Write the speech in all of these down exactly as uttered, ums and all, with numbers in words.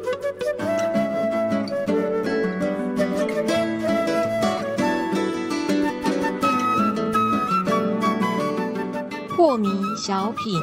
破迷小品。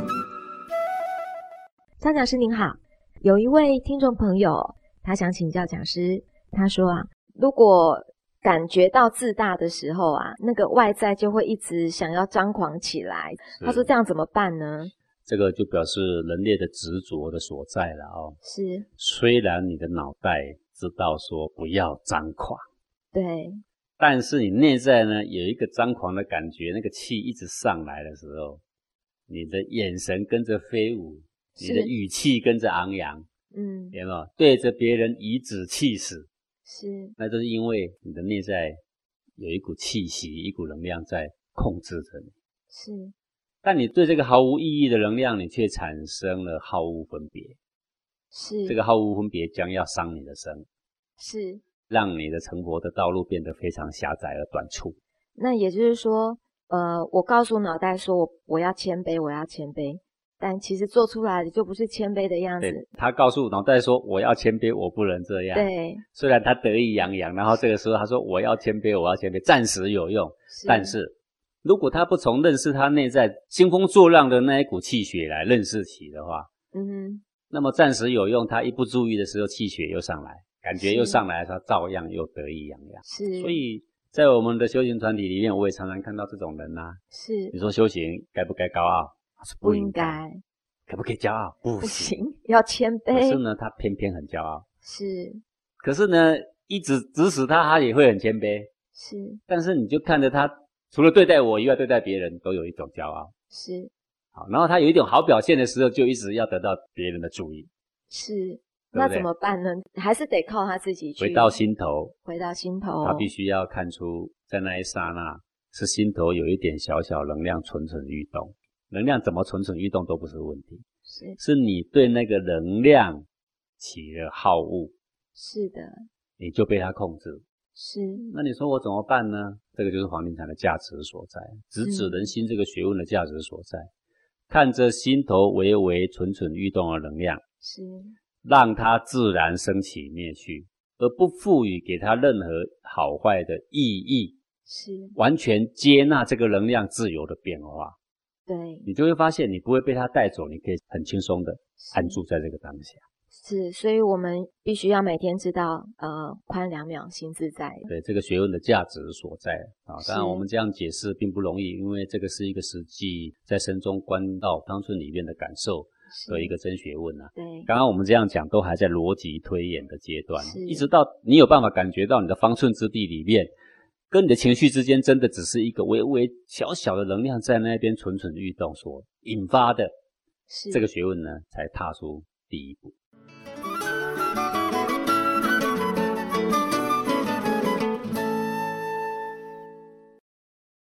张讲师您好，有一位听众朋友，他想请教讲师，他说啊，如果感觉到自大的时候啊，那个外在就会一直想要张狂起来，他说这样怎么办呢？ 这个就表示人类的执着的所在了哦。 是， 虽然你的脑袋知道说不要张狂， 对， 但是你内在呢有一个张狂的感觉，那个气一直上来的时候，你的眼神跟着飞舞，你的语气跟着昂扬，嗯，有没有？对着别人颐指气使，是，那就是因为你的内在有一股气息，一股能量在控制着你，是。但你对这个毫无意义的能量，你却产生了好恶分别，是。这个好恶分别将要伤你的身，是，让你的成佛的道路变得非常狭窄而短促。 那也就是说，呃，我告诉脑袋说我我要谦卑，我要谦卑，但其实做出来的就不是谦卑的样子。 对，他告诉脑袋说我要谦卑，我不能这样。对，虽然他得意洋洋，然后这个时候他说我要谦卑，我要谦卑，暂时有用，是，但是如果他不从认识他内在兴风作浪的那一股气血来认识起的话，嗯哼，那么暂时有用，他一不注意的时候，气血又上来，感觉又上来，他照样又得意洋洋。是，所以在我们的修行团体里面，我也常常看到这种人啊。是，你说修行该不该高傲？不应该。可不可以骄傲？不行，不行， 要谦卑。 可是呢，他偏偏很骄傲。是，可是呢，一直指使他，他也会很谦卑。是，但是你就看着他。除了对待我以外，对待别人都有一种骄傲。是，好，然后他有一种好表现的时候，就一直要得到别人的注意。是，对对，那怎么办呢？还是得靠他自己去。回到心头，回到心头，他必须要看出，在那一刹那，是心头有一点小小能量蠢蠢欲动。能量怎么蠢蠢欲动都不是问题，是，是你对那个能量起了好恶。是的，你就被他控制。是，那你说我怎么办呢？这个就是黄庭禅的价值所在，直指人心这个学问的价值所在。看着心头微微蠢蠢欲动的能量，是，让它自然升起灭去，而不赋予给它任何好坏的意义，是，完全接纳这个能量自由的变化。对，你就会发现你不会被它带走，你可以很轻松的安住在这个当下。 是，所以我们必须要每天知道，呃，宽两秒心自在。 对，这个学问的价值所在啊。当然，我们这样解释并不容易，因为这个是一个实际在身中观到当村里面的感受的一个真学问啊。对，刚刚我们这样讲，都还在逻辑推演的阶段，一直到你有办法感觉到你的方寸之地里面，跟你的情绪之间真的只是一个微微小小的能量在那边蠢蠢欲动所引发的，这个学问呢，才踏出第一步。